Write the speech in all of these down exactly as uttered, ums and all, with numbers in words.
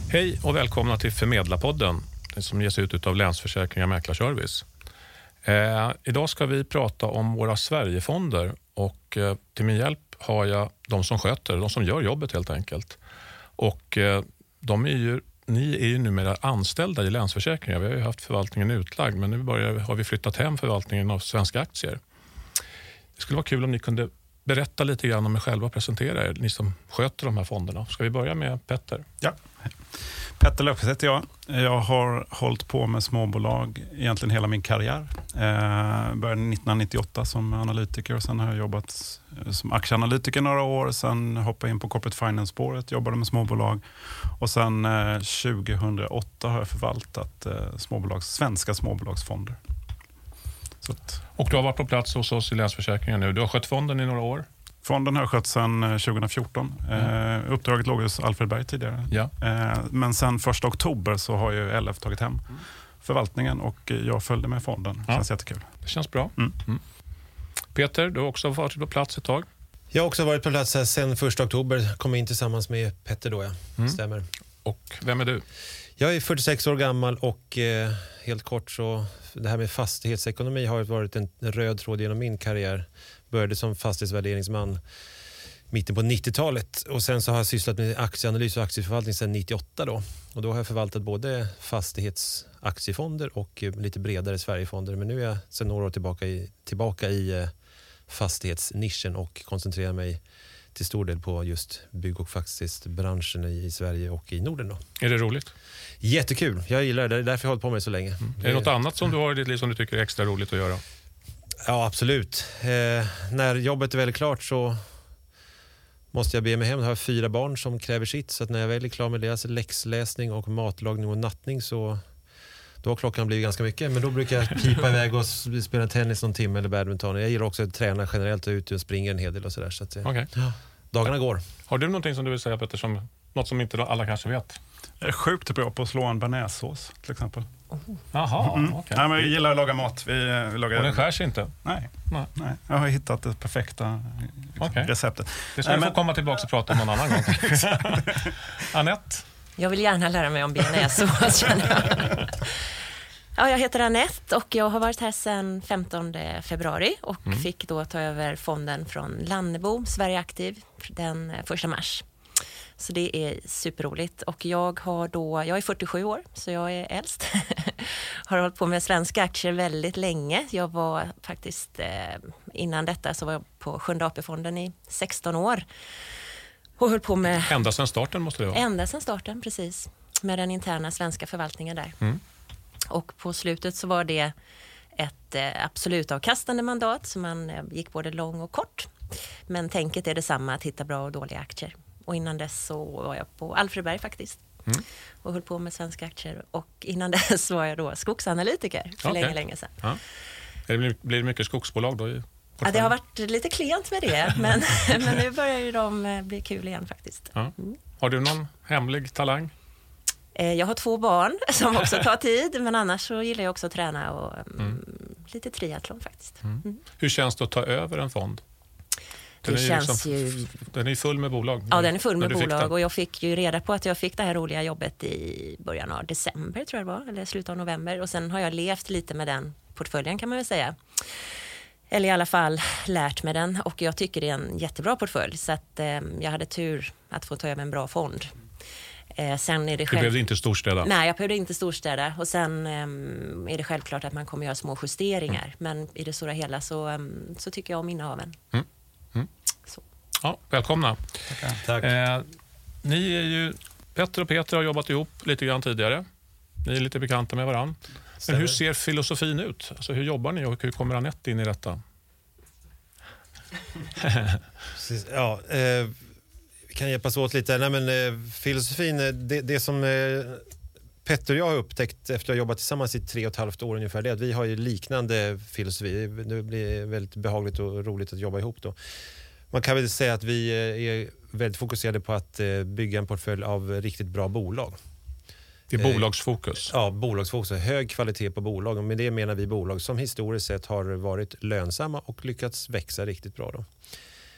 Hej och välkomna till Förmedlarpodden som ges ut av Länsförsäkringar Mäklarservice. Eh, idag ska vi prata om våra Sverigefonder och eh, till min hjälp har jag de som sköter, de som gör jobbet helt enkelt. Och eh, de är ju, ni är ju numera anställda i Länsförsäkringar. Vi har ju haft förvaltningen utlagd men nu börjar, har vi flyttat hem förvaltningen av svenska aktier. Det skulle vara kul om ni kunde berätta lite grann om er själva och presentera er, ni som sköter de här fonderna. Ska vi börja med Petter? Ja, Petter Löfqvist heter jag. Jag har hållit på med småbolag egentligen hela min karriär. Eh, började nittonhundranittioåtta som analytiker och sen har jag jobbat som aktieanalytiker några år. Sen hoppade jag in på corporate finance-spåret, jobbade med småbolag. Och sen eh, tjugohundraåtta har jag förvaltat eh, småbolags, svenska småbolagsfonder. Så att, och du har varit på plats hos oss i Länsförsäkringar nu. Du har skött fonden i några år. Fonden har jag skött sedan tjugohundrafjorton. Mm. Eh, uppdraget låg hos Alfred Berg tidigare. Ja. Eh, men sen första oktober så har ju L F tagit hem mm. förvaltningen och jag följde med fonden. Det känns ja. jättekul. Det känns bra. Mm. Mm. Peter, du har också varit på plats ett tag. Jag har också varit på plats här sedan första oktober. Kom in tillsammans med Petter då, ja. Mm. Stämmer. Och vem är du? Jag är fyrtiosex år gammal och eh, helt kort så det här med fastighetsekonomi har varit en röd tråd genom min karriär. Började som fastighetsvärderingsman mitten på nittiotalet och sen så har jag sysslat med aktieanalys och aktieförvaltning sedan nittioåtta då. Och då har jag förvaltat både fastighetsaktiefonder och lite bredare Sverigefonder. Men nu är jag sedan några år tillbaka i, tillbaka i eh, fastighetsnischen och koncentrerar mig till stor del på just bygg- och fastighetsbranschen i, i Sverige och i Norden då. Är det roligt? Jättekul. Jag gillar det. Det är därför jag har hållit på med så länge. Mm. Är det något annat som du har i ditt liv som du tycker är extra roligt att göra? Ja, absolut. Eh, när jobbet är väl klart så måste jag be mig hem. Jag har fyra barn som kräver sitt. Så att när jag väl är klar med deras läxläsning och matlagning och nattning så då har klockan blivit ganska mycket. Men då brukar jag pipa iväg och spela tennis någon timme eller badminton. Jag gillar också att träna generellt och ut och springa en hel del och sådär. Så att, okay. ja, dagarna går. Har du någonting som du vill säga, Petter, som, något som inte alla kanske vet? Jag är sjukt bra på att slå en bearnaisesås till exempel. Jaha, mm. okej. Okay. Vi gillar att laga mat. Vi, vi lagar... Och den skärs inte? Nej. Nej. Nej. Jag har hittat det perfekta liksom, okay. receptet. Det ska Nej, vi men... få komma tillbaka och prata om någon annan gång. Anette? Jag vill gärna lära mig om bearnaisesås, känner jag. Ja, jag heter Anette och jag har varit här sedan femtonde februari och mm. fick då ta över fonden från Lannebo, Sverige Aktiv, den första mars. Så det är superroligt och jag har då, jag är fyrtiosju år så jag är äldst. Har hållit på med svenska aktier väldigt länge. Jag var faktiskt, eh, innan detta så var jag på Sjunde A P-fonden i sexton år. Och höll på med... Ända sedan starten måste det vara. Ända sedan starten, precis. Med den interna svenska förvaltningen där. Mm. Och på slutet så var det ett eh, absolut avkastande mandat så man eh, gick både lång och kort. Men tänket är detsamma, att hitta bra och dåliga aktier. Och innan dess så var jag på Alfred Berg faktiskt. Mm. Och höll på med svenska aktier. Och innan dess var jag då skogsanalytiker för okay. länge, länge sedan. Ja. Det blir, blir det mycket skogsbolag då? I ja, det har varit lite klent med det. men, men nu börjar ju de bli kul igen faktiskt. Ja. Mm. Har du någon hemlig talang? Jag har två barn som också tar tid. Men annars så gillar jag också att träna och mm. lite triathlon faktiskt. Mm. Mm. Hur känns det att ta över en fond? Den det är känns liksom, ju... Den är full med bolag. Ja, den är full med bolag och jag fick ju reda på att jag fick det här roliga jobbet i början av december tror jag det var, eller slutet av november. Och sen har jag levt lite med den portföljen kan man väl säga. Eller i alla fall lärt mig den och jag tycker det är en jättebra portfölj så att eh, jag hade tur att få ta över en bra fond. Eh, sen är det själv... Du behövde inte storstäda? Nej, jag behövde inte storstäda. Och sen eh, är det självklart att man kommer göra små justeringar. Mm. Men i det stora hela så, um, så tycker jag om innehaven. Mm. Mm. Så. Ja, välkomna. Tackar. Tack. Eh, ni är ju, Petter och Peter har jobbat ihop lite grann tidigare. Ni är lite bekanta med varann. Men hur ser filosofin ut? Alltså, hur jobbar ni och hur kommer Anette in i detta? ja, eh, vi kan hjälpas åt lite. Nej, men, eh, filosofin, det, det som eh, Petter och jag har upptäckt efter att ha jobbat tillsammans i tre och ett halvt år ungefär, det är att vi har ju liknande filosofi. Det blir väldigt behagligt och roligt att jobba ihop då. Man kan väl säga att vi är väldigt fokuserade på att bygga en portfölj av riktigt bra bolag. Det är bolagsfokus. Ja, bolagsfokus. Hög kvalitet på bolag. Och med det menar vi bolag som historiskt sett har varit lönsamma och lyckats växa riktigt bra då.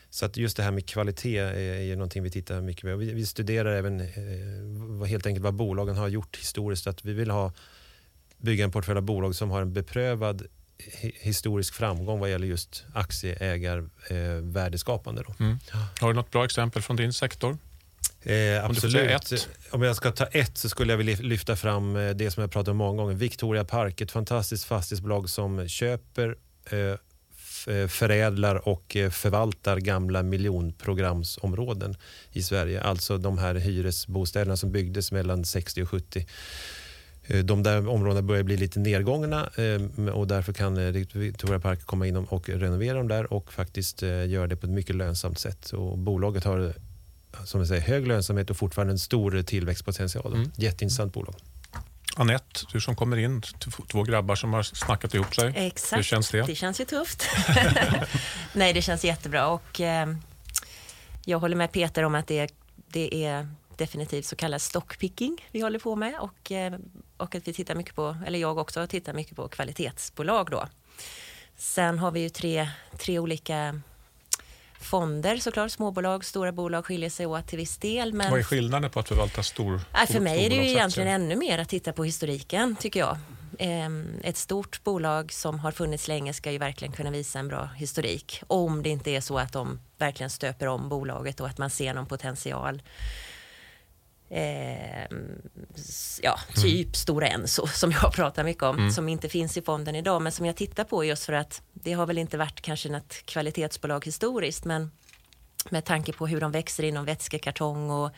Så att just det här med kvalitet är, är någonting vi tittar mycket på. Vi, vi studerar även eh, helt enkelt vad bolagen har gjort historiskt. Att vi vill ha bygga en portfölj av bolag som har en beprövad hi- historisk framgång vad gäller just aktieägarvärdeskapande. Eh, mm. Har du något bra exempel från din sektor? Eh, Om absolut. Om jag ska ta ett så skulle jag vilja lyfta fram det som jag pratat om många gånger. Victoria Park, ett fantastiskt fastighetsbolag som köper, eh, förädlar och förvaltar gamla miljonprogramsområden i Sverige. Alltså de här hyresbostäderna som byggdes mellan sextio och sjuttio. De där områdena börjar bli lite nedgångna och därför kan Victoria Park komma in och renovera dem där och faktiskt göra det på ett mycket lönsamt sätt. Och bolaget har, som jag säger, hög lönsamhet och fortfarande en stor tillväxtpotential. Mm. Jätteintressant bolag. Anette, du som kommer in, två grabbar som har snackat ihop sig. Exakt. Hur känns det? Det känns ju tufft. Nej, det känns jättebra och eh, jag håller med Peter om att det, det är definitivt så kallad stockpicking vi håller på med och, eh, och att vi tittar mycket på, eller jag också tittar mycket på kvalitetsbolag då. Sen har vi ju tre, tre olika fonder såklart, småbolag, stora bolag skiljer sig åt till viss del. Men vad är skillnaden på att förvalta stor? Nej, för mig är det ju egentligen ännu mer att titta på historiken tycker jag. Ett stort bolag som har funnits länge ska ju verkligen kunna visa en bra historik. Om det inte är så att de verkligen stöper om bolaget och att man ser någon potential. Eh, ja, typ mm. Stora Enso som jag pratar mycket om mm. som inte finns i fonden idag men som jag tittar på just för att det har väl inte varit kanske något kvalitetsbolag historiskt men med tanke på hur de växer inom vätskekartong och,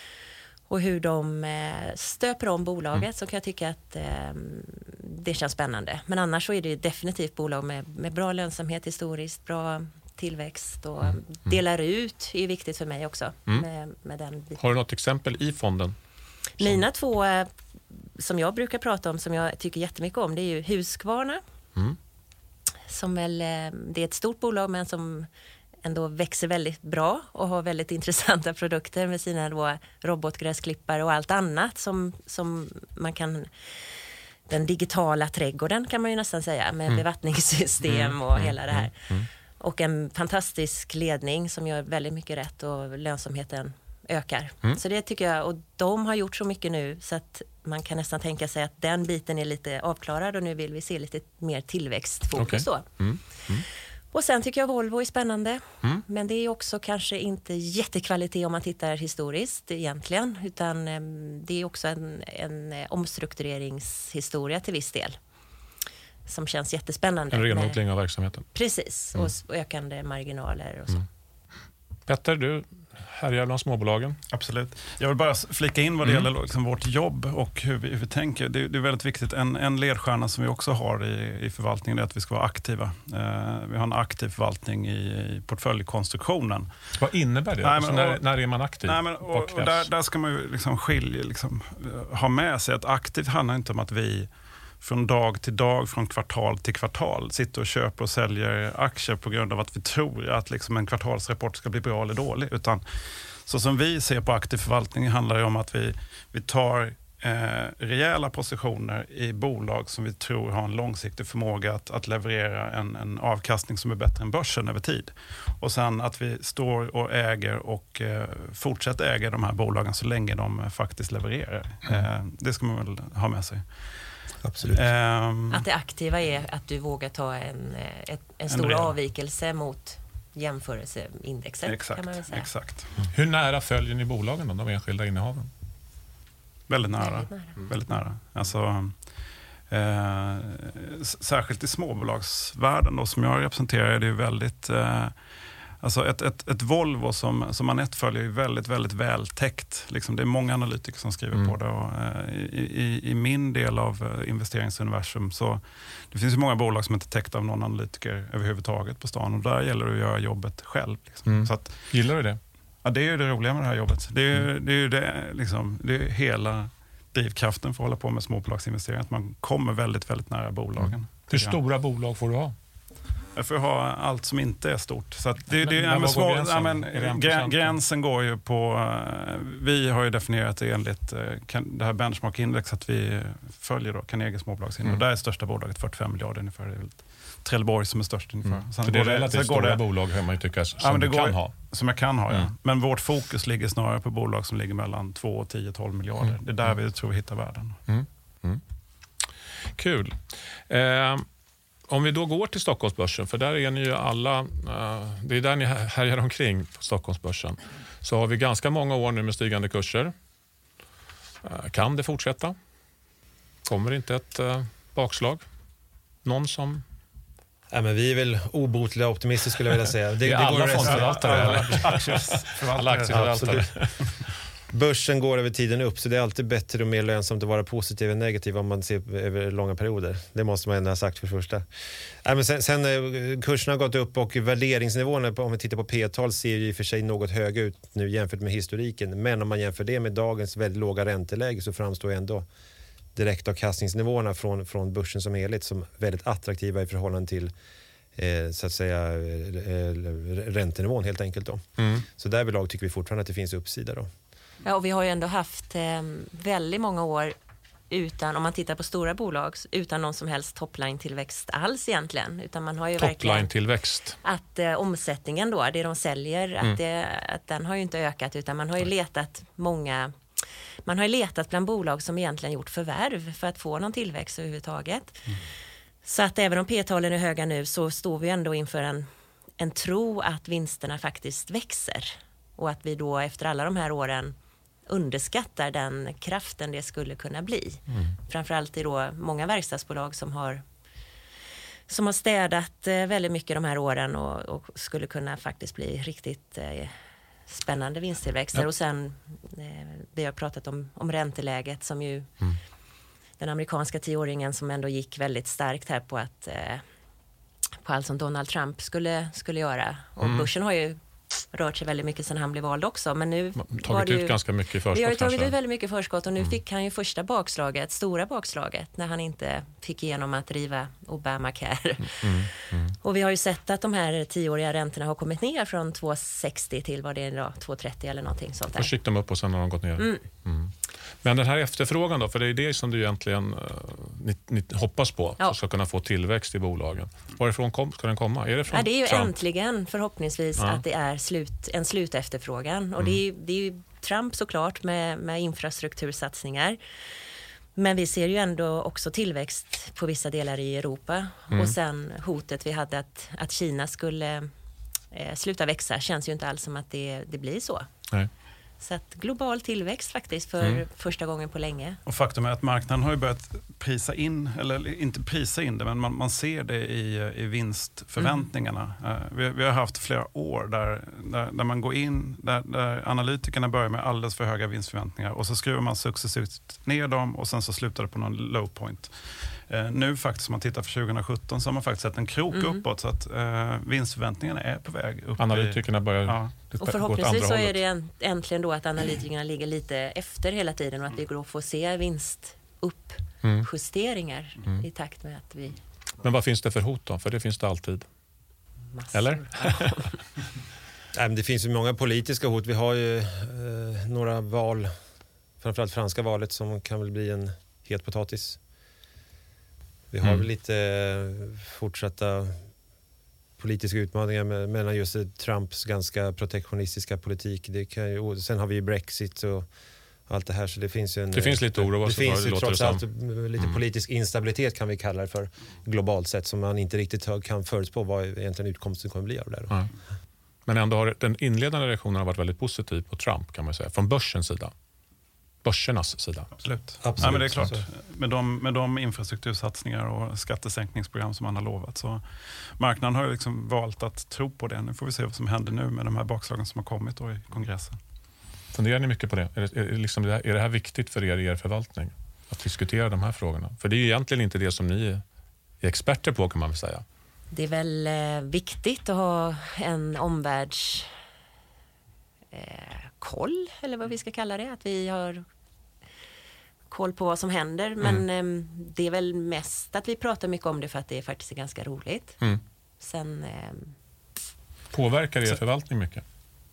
och hur de eh, stöper om bolaget mm. så kan jag tycka att eh, det känns spännande. Men annars så är det definitivt bolag med, med bra lönsamhet historiskt, bra tillväxt och mm. delar ut är viktigt för mig också. Mm. Med, med den biten. Har du något exempel i fonden? Som... Mina två som jag brukar prata om som jag tycker jättemycket om det är ju Husqvarna. Mm. Som väl, det är ett stort bolag men som ändå växer väldigt bra och har väldigt intressanta produkter med sina då robotgräsklippare och allt annat som, som man kan, den digitala trädgården kan man ju nästan säga med mm. bevattningssystem mm. och mm. hela det här. Mm. Och en fantastisk ledning som gör väldigt mycket rätt och lönsamheten ökar. Mm. Så det tycker jag, och de har gjort så mycket nu så att man kan nästan tänka sig att den biten är lite avklarad och nu vill vi se lite mer tillväxtfokus okay. då. Mm. Mm. Och sen tycker jag Volvo är spännande. Mm. Men det är också kanske inte jättekvalitet om man tittar historiskt egentligen. Utan det är också en, en omstruktureringshistoria till viss del. Som känns jättespännande. En renodling med, av verksamheten. Precis, mm. och ökande marginaler och så. Mm. Petter, du härjar bland småbolagen. Absolut. Jag vill bara flika in vad det mm. gäller liksom vårt jobb och hur vi, hur vi tänker. Det, det är väldigt viktigt. En, en ledstjärna som vi också har i, i förvaltningen är att vi ska vara aktiva. Eh, vi har en aktiv förvaltning i, i portföljkonstruktionen. Vad innebär det? Nej, men, när, och, när är man aktiv? Nej, men, och, och där, där ska man ju liksom skilja, liksom, ha med sig att aktivt handlar inte om att vi från dag till dag, från kvartal till kvartal sitter och köper och säljer aktier på grund av att vi tror att liksom en kvartalsrapport ska bli bra eller dålig. Utan så som vi ser på aktiv förvaltning handlar det om att vi, vi tar eh, rejäla positioner i bolag som vi tror har en långsiktig förmåga att, att leverera en, en avkastning som är bättre än börsen över tid. Och sen att vi står och äger och eh, fortsätter äga de här bolagen så länge de faktiskt levererar. Eh, det ska man väl ha med sig. Absolut. Um, att det aktiva är att du vågar ta en, ett, en stor en avvikelse mot jämförelseindexet. Exakt, kan man väl säga. exakt. Mm. Hur nära följer ni bolagen då, de enskilda innehaven? Väldigt nära. Väldigt nära. Mm. Väldigt nära. Alltså, eh, särskilt i småbolagsvärlden då, som jag representerar är det ju väldigt... Eh, Alltså ett, ett, ett Volvo som, som Anette följer är väldigt, väldigt vältäckt. Liksom det är många analytiker som skriver mm. på det. Och, eh, i, i, I min del av investeringsuniversum så det finns ju många bolag som inte är täckta av någon analytiker överhuvudtaget på stan. Och där gäller det att göra jobbet själv. Liksom. Mm. Så att, gillar du det? Ja, det är ju det roliga med det här jobbet. Det är ju, mm. det är ju det, liksom, det är hela drivkraften för att hålla på med småbolagsinvesteringar. Att man kommer väldigt, väldigt nära bolagen. Mm. Hur stora bolag får du ha? Jag får ha allt som inte är stort. Så att det, men, det, men, ja, men små, gränsen? ja, men, grä, gränsen går ju på... Vi har ju definierat det enligt kan, det här benchmark-index att vi följer då Carnegie småbolagsindex. Mm. Och där är största bolaget fyrtiofem miljarder ungefär. Det är väl Trelleborg som är störst ungefär. Mm. Sen för det är relativt stora det, bolag har man ju tycka som ja, men det du går, kan ha. Som jag kan ha, mm. ja. Men vårt fokus ligger snarare på bolag som ligger mellan två, tio, tolv miljarder. Mm. Det är där mm. vi tror vi hittar världen. Mm. Mm. Kul. Eh, om vi då går till Stockholmsbörsen, för där är ni ju alla, eh, det är där ni härjar omkring på Stockholmsbörsen, så har vi ganska många år nu med stigande kurser. Eh, kan det fortsätta? Kommer inte ett eh, bakslag? Någon som... Ja, men vi är väl obotliga optimister skulle jag vilja säga. Det, det är det alla går fondförvaltare. Alla aktieförvaltare. Börsen går över tiden upp, så det är alltid bättre och mer lönsamt att vara positiv än negativ om man ser över långa perioder. Det måste man ändå ha sagt för första. Ja, men sen, sen kurserna har gått upp och värderingsnivåerna, om vi tittar på P-tal, ser ju i och för sig något höga ut nu jämfört med historiken. Men om man jämför det med dagens väldigt låga ränteläge så framstår ändå direktavkastningsnivåerna från, från börsen som helhet som väldigt attraktiva i förhållande till eh, så att säga eh, räntenivån helt enkelt då. Mm. Så därvidlag tycker vi fortfarande att det finns uppsida då. Ja, och vi har ju ändå haft eh, väldigt många år utan, om man tittar på stora bolag, utan någon som helst topline-tillväxt alls egentligen. Utan man har ju topline-tillväxt? Att eh, omsättningen då, det de säljer, mm. att, det, att den har ju inte ökat, utan man har ju letat många... Man har ju letat bland bolag som egentligen gjort förvärv för att få någon tillväxt överhuvudtaget. Mm. Så att även om P-talen är höga nu så står vi ändå inför en, en tro att vinsterna faktiskt växer. Och att vi då efter alla de här åren underskattar den kraften det skulle kunna bli. Mm. Framförallt är då många verkstadsbolag som har, som har städat väldigt mycket de här åren och, och skulle kunna faktiskt bli riktigt... Eh, spännande vinsttillväxter. Ja. Och sen eh, vi har pratat om, om ränteläget som ju mm. den amerikanska tioåringen som ändå gick väldigt starkt här på att eh, på allt som Donald Trump skulle, skulle göra. Och mm. börsen har ju rört sig väldigt mycket sedan han blev vald också. Men nu tagit var det ut ju, ganska mycket i förskott. Vi har ju tagit kanske. ut väldigt mycket förskott och nu mm. fick han ju första bakslaget, stora bakslaget, när han inte fick igenom att driva Obamacare. Mm. Mm. Och vi har ju sett att de här tioåriga räntorna har kommit ner från två sextio till vad det är idag, två trettio eller någonting sånt där. Först gick de upp och sen har de gått ner. Mm. Mm. Men den här efterfrågan då, för det är det som du egentligen uh, ni, ni hoppas på, ja. Så ska kunna få tillväxt i bolagen. Varifrån kom, ska den komma? Är det från ja, det är ju Trump? Äntligen förhoppningsvis ja. Att det är slut, en slutefterfrågan. Och mm. det, är, det är ju Trump såklart med, med infrastruktursatsningar. Men vi ser ju ändå också tillväxt på vissa delar i Europa. Mm. Och sen hotet vi hade att, att Kina skulle eh, sluta växa känns ju inte alls som att det, det blir så. Nej. Så att global tillväxt faktiskt för mm. första gången på länge. Och faktum är att marknaden har ju börjat prisa in, eller inte prisa in det, men man, man ser det i, i vinstförväntningarna. Mm. Uh, vi, vi har haft flera år där, där, där man går in, där, där analytikerna börjar med alldeles för höga vinstförväntningar och så skruvar man successivt ner dem och sen så slutar det på någon low point. Uh, nu faktiskt, om man tittar för tjugo sjutton så har man faktiskt sett en krok mm. uppåt så att uh, vinstförväntningarna är på väg upp. Analytikerna börjar ja. Och förhoppningsvis så är det äntligen då att analytikerna ligger lite efter hela tiden och att vi då får se vinstuppjusteringar mm. mm. i takt med att vi... Men vad finns det för hot då? För det finns det alltid. Massor. Eller? Nej, men det finns ju många politiska hot. Vi har ju eh, några val, framförallt franska valet, som kan väl bli en het potatis. Vi har mm. väl lite eh, fortsatta politiska utmaningar med, mellan just Trumps ganska protektionistiska politik. Det kan ju, sen har vi ju Brexit och allt det här, så det finns ju en... Det finns lite oro. Det finns ju trots allt lite mm. politisk instabilitet kan vi kalla det för globalt sett, som man inte riktigt kan förutspå vad egentligen utkomsten kommer bli av det där. Ja. Men ändå har den inledande reaktionen har varit väldigt positiv på Trump, kan man säga, från börsens sida. Börsernas sida. Absolut. Absolut. Ja, men det är klart. Med de, med de infrastruktursatsningar och skattesänkningsprogram som man har lovat, så marknaden har ju liksom valt att tro på det. Nu får vi se vad som händer nu med de här bakslagen som har kommit då i kongressen. Funderar ni mycket på det? Är det, är, liksom det här, är det här viktigt för er i er förvaltning? Att diskutera de här frågorna? För det är ju egentligen inte det som ni är experter på, kan man väl säga. Det är väl eh, viktigt att ha en omvärlds... Eh, koll, eller vad vi ska kalla det. Att vi har koll på vad som händer. Men mm. eh, det är väl mest att vi pratar mycket om det för att det faktiskt är ganska roligt. Mm. Sen, eh... Påverkar er förvaltning mycket?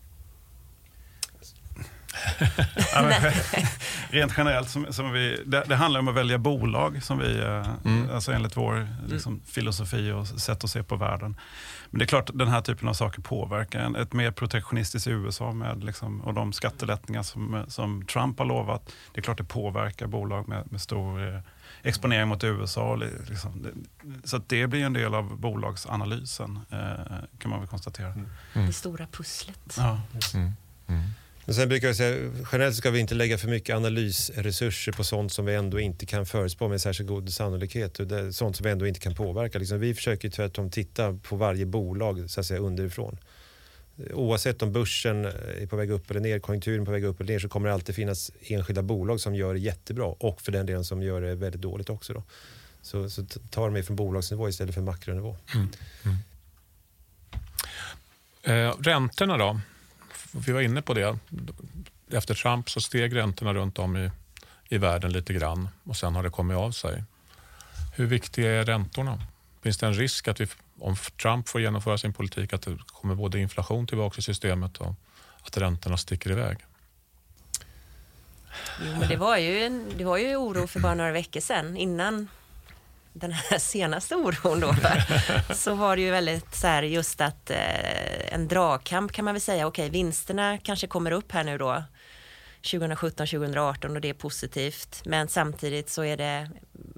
Ja, men, rent generellt, som, som vi, det, det handlar om att välja bolag som vi, mm. alltså enligt vår liksom, mm. filosofi och sätt att se på världen. Men det är klart den här typen av saker påverkar en. Ett mer protektionistiskt U S A med, liksom, och de skattelättningar som, som Trump har lovat, det är klart det påverkar bolag med, med stor eh, exponering mot U S A. Liksom, det, så att det blir en del av bolagsanalysen, eh, kan man väl konstatera. Mm. Mm. Det stora pusslet. Ja. Mm. Mm. Men sen brukar jag säga, generellt ska vi inte lägga för mycket analysresurser på sånt som vi ändå inte kan förutspå med särskilt god sannolikhet. Och det, sånt som vi ändå inte kan påverka. Liksom, vi försöker tvärtom titta på varje bolag så att säga, underifrån. Oavsett om börsen är på väg upp eller ner, konjunkturen är på väg upp eller ner, så kommer det alltid finnas enskilda bolag som gör det jättebra. Och för den delen som gör det väldigt dåligt också. Då. Så, så tar de från bolagsnivå istället för makronivå. Mm. Mm. Eh, räntorna då? Vi var inne på det. Efter Trump så steg räntorna runt om i, i världen lite grann och sen har det kommit av sig. Hur viktiga är räntorna? Finns det en risk att vi, om Trump får genomföra sin politik, att det kommer både inflation tillbaka i systemet och att räntorna sticker iväg? Jo, men det var ju, en, det var ju oro för bara några veckor sedan innan den här senaste oron då, så var det ju väldigt så här just att eh, en dragkamp kan man väl säga. Okej, vinsterna kanske kommer upp här nu då tjugo sjutton tjugo arton och det är positivt, men samtidigt så är det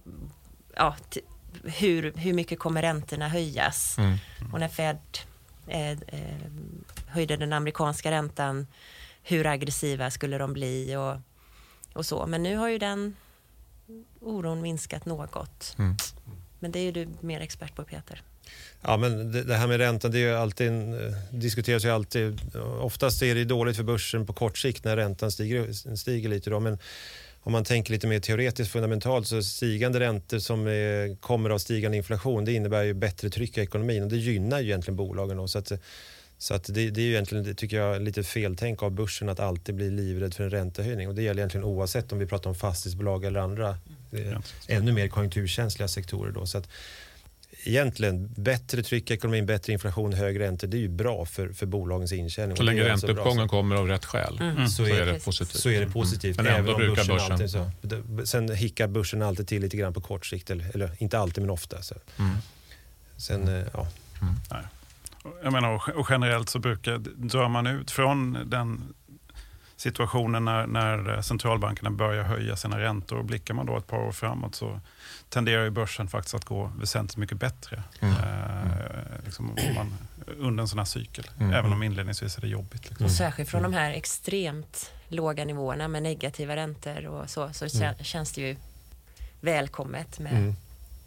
ja, t- hur, hur mycket kommer räntorna höjas? Mm. Och när Fed eh, eh, höjde den amerikanska räntan, hur aggressiva skulle de bli och, och så. Men nu har ju den oron minskat något. Mm. Men det är ju du mer expert på, Peter. Ja, men det, det här med räntan, det är ju alltid en, diskuteras ju alltid. Oftast är det dåligt för börsen på kort sikt när räntan stiger, stiger lite då, men om man tänker lite mer teoretiskt fundamentalt, så stigande räntor som är, kommer av stigande inflation, det innebär ju bättre tryck i ekonomin och det gynnar ju egentligen bolagen då, så att Så att det, det är ju egentligen, det tycker jag, lite feltänk av börsen att alltid bli livrädd för en räntehöjning. Och det gäller egentligen oavsett om vi pratar om fastighetsbolag eller andra mm. ännu mer konjunkturkänsliga sektorer då. Så att egentligen bättre tryck i ekonomin, bättre inflation, hög räntor, det är ju bra för, för bolagens intjäning. Så länge ränteuppgången kommer av rätt skäl mm. så, så är, är det positivt. Så är det positivt. Mm. Men ändå brukar börsen... börsen så. Sen hickar börsen alltid till lite grann på kort sikt. Eller, eller inte alltid, men ofta. Så. Mm. Sen, mm. ja... Mm. Nej. Jag menar, och generellt så brukar, drar man ut från den situationen när, när centralbankerna börjar höja sina räntor och blickar man då ett par år framåt, så tenderar ju börsen faktiskt att gå väsentligt mycket bättre mm. eh, liksom, om man, under en sån här cykel. Mm. Även om inledningsvis är det jobbigt. Liksom. Och särskilt från de här extremt låga nivåerna med negativa räntor och så, så mm. känns det ju välkommet med, mm.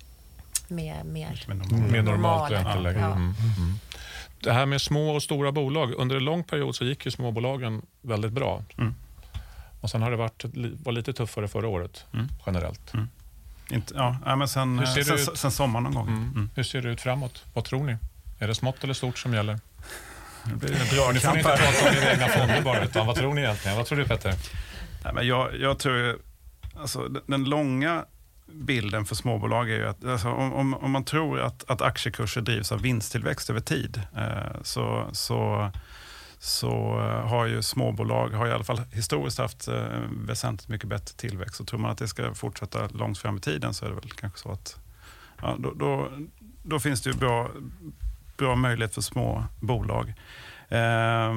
med mer med normalt, med normalt ränteläge. Ja. Mm. Mm. Det här med små och stora bolag. Under en lång period så gick ju småbolagen väldigt bra. Mm. Och sen har det varit var lite tuffare förra året, mm. generellt. Mm. Inte, ja, men sen, sen, sen, sen sommaren någon gång. Mm. Mm. Hur ser det ut framåt? Vad tror ni? Är det smått eller stort som gäller? Det blir en bra. Ni får inte prata om era egna fonder bara, utan vad tror ni egentligen? Vad tror du, Petter? Nej, men jag, jag tror, alltså, den långa bilden för småbolag är ju att alltså, om, om, om man tror att, att aktiekurser drivs av vinsttillväxt över tid eh, så, så, så har ju småbolag har i alla fall historiskt haft eh, väsentligt mycket bättre tillväxt. Så tror man att det ska fortsätta långt fram i tiden, så är det väl kanske så att ja, då, då, då finns det ju bra, bra möjlighet för små bolag. Eh,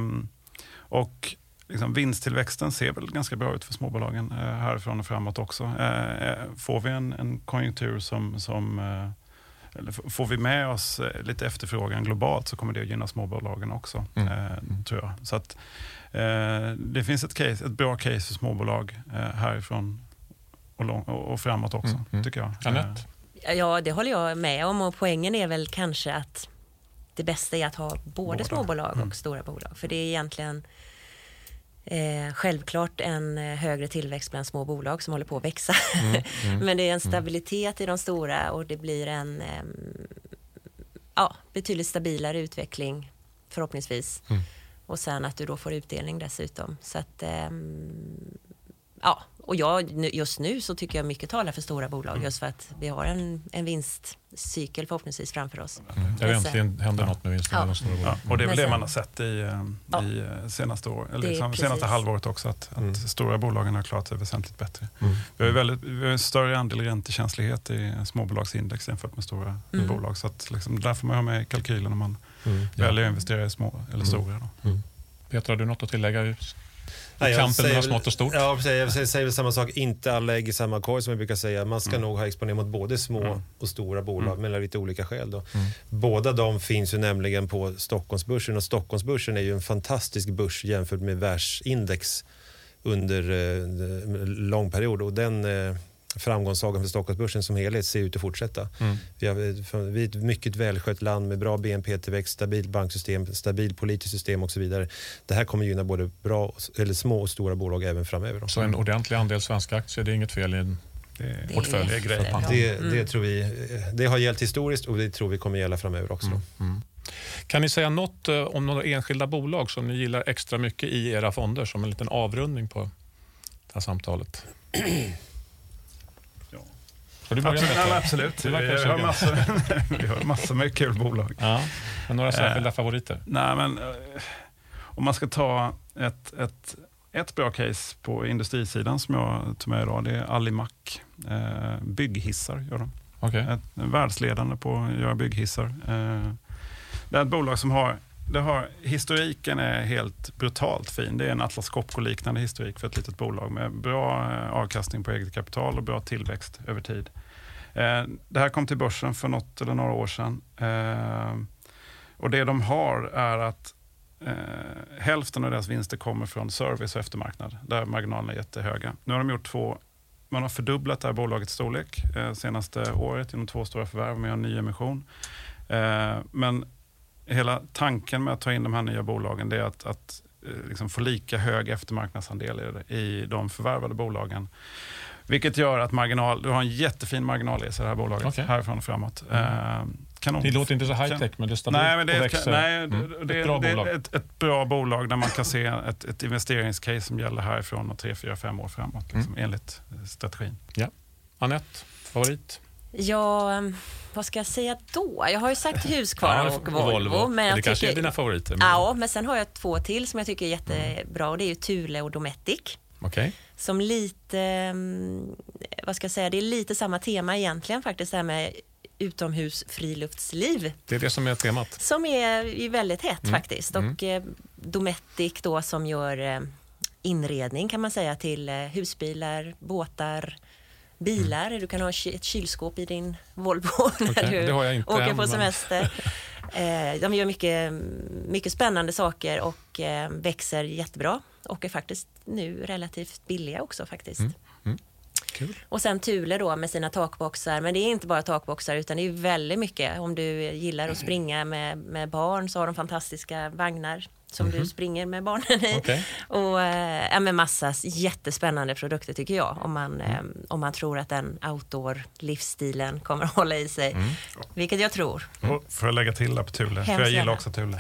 och Liksom, vinsttillväxten ser väl ganska bra ut för småbolagen eh, härifrån och framåt också. Eh, får vi en, en konjunktur som, som eh, eller får vi med oss eh, lite efterfrågan globalt, så kommer det att gynna småbolagen också, mm. eh, mm. tror jag. Så att eh, det finns ett, case, ett bra case för småbolag eh, härifrån och, lång, och, och framåt också, mm. tycker jag. Anette? Ja, det håller jag med om, och poängen är väl kanske att det bästa är att ha både Båda. småbolag och mm. stora bolag. För det är egentligen Eh, självklart en eh, högre tillväxt bland små bolag som håller på att växa. Mm, mm, men det är en stabilitet mm. i de stora, och det blir en eh, ja, betydligt stabilare utveckling förhoppningsvis. Mm. Och sen att du då får utdelning dessutom. Så att eh, ja, och jag, just nu så tycker jag mycket talar för stora bolag. Mm. Just för att vi har en, en vinstcykel förhoppningsvis framför oss. Mm. Det äntligen händer ja. något med vinsten. Ja. Stora bolag. Ja, och det är väl det man har sett i, ja. i senaste, år, eller liksom, senaste halvåret också. Att, mm. att stora bolagen har klarat sig väsentligt bättre. Mm. Vi har ju väldigt, vi har en större andel räntekänslighet i småbolagsindex jämfört med stora mm. bolag. Så att, liksom, där får man ha med i kalkylen om man mm. väljer att investera i små eller mm. stora. Då. Mm. Peter, har du något att tillägga? Ja, kampen mellan smått och stort. Ja, jag säger, säger väl samma sak. Inte alla ägg i samma korg som jag brukar säga. Man ska mm. nog ha exponering mot både små mm. och stora bolag, mm. men av lite olika skäl då. Mm. Båda de finns ju nämligen på Stockholmsbörsen, och Stockholmsbörsen är ju en fantastisk börs jämfört med världsindex under eh, lång period, och den eh, framgångssagan för Stockholmsbörsen som helhet ser ut att fortsätta. Mm. Vi, har, vi är ett mycket välskött land med bra B N P-tillväxt, stabilt banksystem, stabilt politiskt system och så vidare. Det här kommer gynna både bra, eller små och stora bolag även framöver. Då. Så en ordentlig andel svenska aktier, det är inget fel i en det, portfölj? Det, är det, mm. det, tror vi, det har gällt historiskt, och det tror vi kommer gälla framöver också. Mm. Mm. Kan ni säga något om några enskilda bolag som ni gillar extra mycket i era fonder, som en liten avrundning på det här samtalet? Du absolut, ja, absolut. Vi, vi, har massor, vi har massor med kul bolag. Ja, men några särskilda eh, favoriter? Nej, men eh, om man ska ta ett, ett, ett bra case på industrisidan som jag tog med idag, det är Alimak. Eh, bygghissar gör de. Okay. Ett, världsledande på att göra bygghissar. Eh, det är ett bolag som har, det har, historiken är helt brutalt fin. Det är en Atlas Copco-liknande historik för ett litet bolag med bra eh, avkastning på eget kapital och bra tillväxt över tid. Eh, det här kom till börsen för något eller några år sedan. Eh, och det de har är att eh, hälften av deras vinster kommer från service och eftermarknad, där marginalerna är jättehöga. Nu har de gjort två, man har fördubblat det här bolagets storlek eh, senaste året genom två stora förvärv med en ny emission. Eh, men hela tanken med att ta in de här nya bolagen, det är att, att liksom få lika hög eftermarknadsandel i de förvärvade bolagen. Vilket gör att marginal, du har en jättefin marginal i det här bolaget, okay. härifrån och framåt. Mm. Kanon. Det låter inte så high-tech, men det är stabilt nej, men det är och växer. Nej, mm. det, ett, bra det är ett, ett bra bolag där man kan se ett, ett investeringscase som gäller härifrån och tre, fyra, fem år framåt, liksom, mm. enligt strategin. Ja. Anette, favorit? Ja, vad ska jag säga då? Jag har ju sagt Husqvarna ja, och Volvo. Volvo. Men jag det kanske tycker, är dina favoriter. Men... Ja, men sen har jag två till som jag tycker är jättebra. Och det är ju Thule och Dometic. Okay. Som lite, vad ska jag säga, det är lite samma tema egentligen faktiskt, det här med utomhusfriluftsliv. Det är det som är temat. Som är väldigt hett mm. faktiskt. Mm. Och eh, Dometic då som gör eh, inredning kan man säga till eh, husbilar, båtar, bilar. Mm. Du kan ha ett kylskåp i din Volvo när okay, du det har jag inte åker än, på semester. eh, de gör mycket, mycket spännande saker och eh, växer jättebra. Och är faktiskt nu relativt billiga också faktiskt. Mm. Mm. Kul. Och sen Thule då med sina takboxar. Men det är inte bara takboxar utan det är väldigt mycket. Om du gillar att springa med, med barn så har de fantastiska vagnar som mm-hmm. du springer med barnen i. Okay. Och äh, med massa jättespännande produkter tycker jag. Om man, mm. äh, om man tror att den outdoor-livsstilen kommer att hålla i sig. Mm. Vilket jag tror. Mm. Får jag lägga till där på Thule? Hemskt för jag gillar också Thule.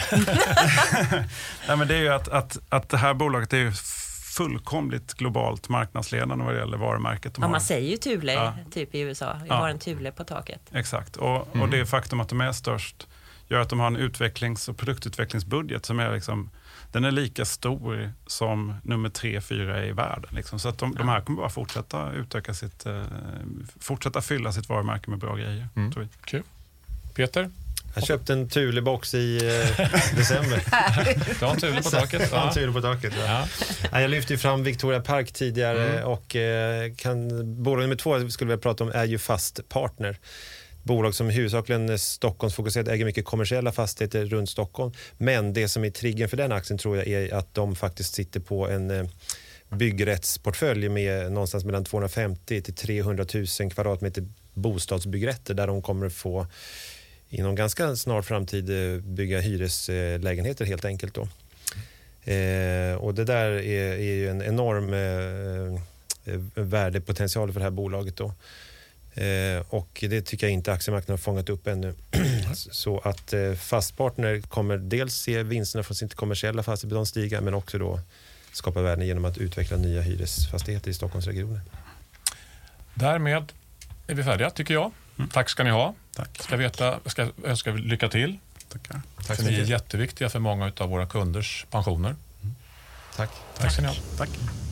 Nej, men det är ju att, att, att det här bolaget är ju fullkomligt globalt marknadsledande vad det gäller varumärket. De ja, har. Man säger ju Thule ja. typ i U S A. Jag ja. har en Thule på taket. Exakt. Och, mm. och det faktum att de är störst gör att de har en utvecklings- och produktutvecklingsbudget som är liksom, den är lika stor som nummer tre, fyra i världen. Liksom. Så att de, ja. de här kommer bara fortsätta utöka sitt, eh, fortsätta fylla sitt varumärke med bra grejer. Mm. Tror vi. Kul. Peter? Jag köpte en Thule-box i eh, december. Du har en Thule på taket. Ja, en Thule på taket, ja. Ja. Jag lyfte ju fram Victoria Park tidigare mm. och eh, kan, bolag nummer två skulle vi prata om är ju Fast Partner. Bolag som huvudsakligen Stockholmsfokuserat, äger mycket kommersiella fastigheter runt Stockholm. Men det som är triggen för den aktien tror jag är att de faktiskt sitter på en eh, byggrättsportfölj med någonstans mellan tvåhundrafemtio till trehundratusen kvadratmeter bostadsbyggrätter där de kommer få inom ganska snar framtid bygga hyreslägenheter helt enkelt då. Eh, och det där är, är ju en enorm eh, värdepotential för det här bolaget då. Eh, och det tycker jag inte aktiemarknaden har fångat upp ännu. Så att eh, Fastpartner kommer dels se vinsterna från sin kommersiella fastighetsbestånd stiga men också då skapa värden genom att utveckla nya hyresfastigheter i Stockholmsregionen. Därmed är vi färdiga tycker jag. Mm. Tack ska ni ha. Tack. Ska veta, ska önska lycka till. Tackar. Tack för ni är jätteviktiga för många av våra kunders pensioner. Tack. Tack ska ni ha. Tack.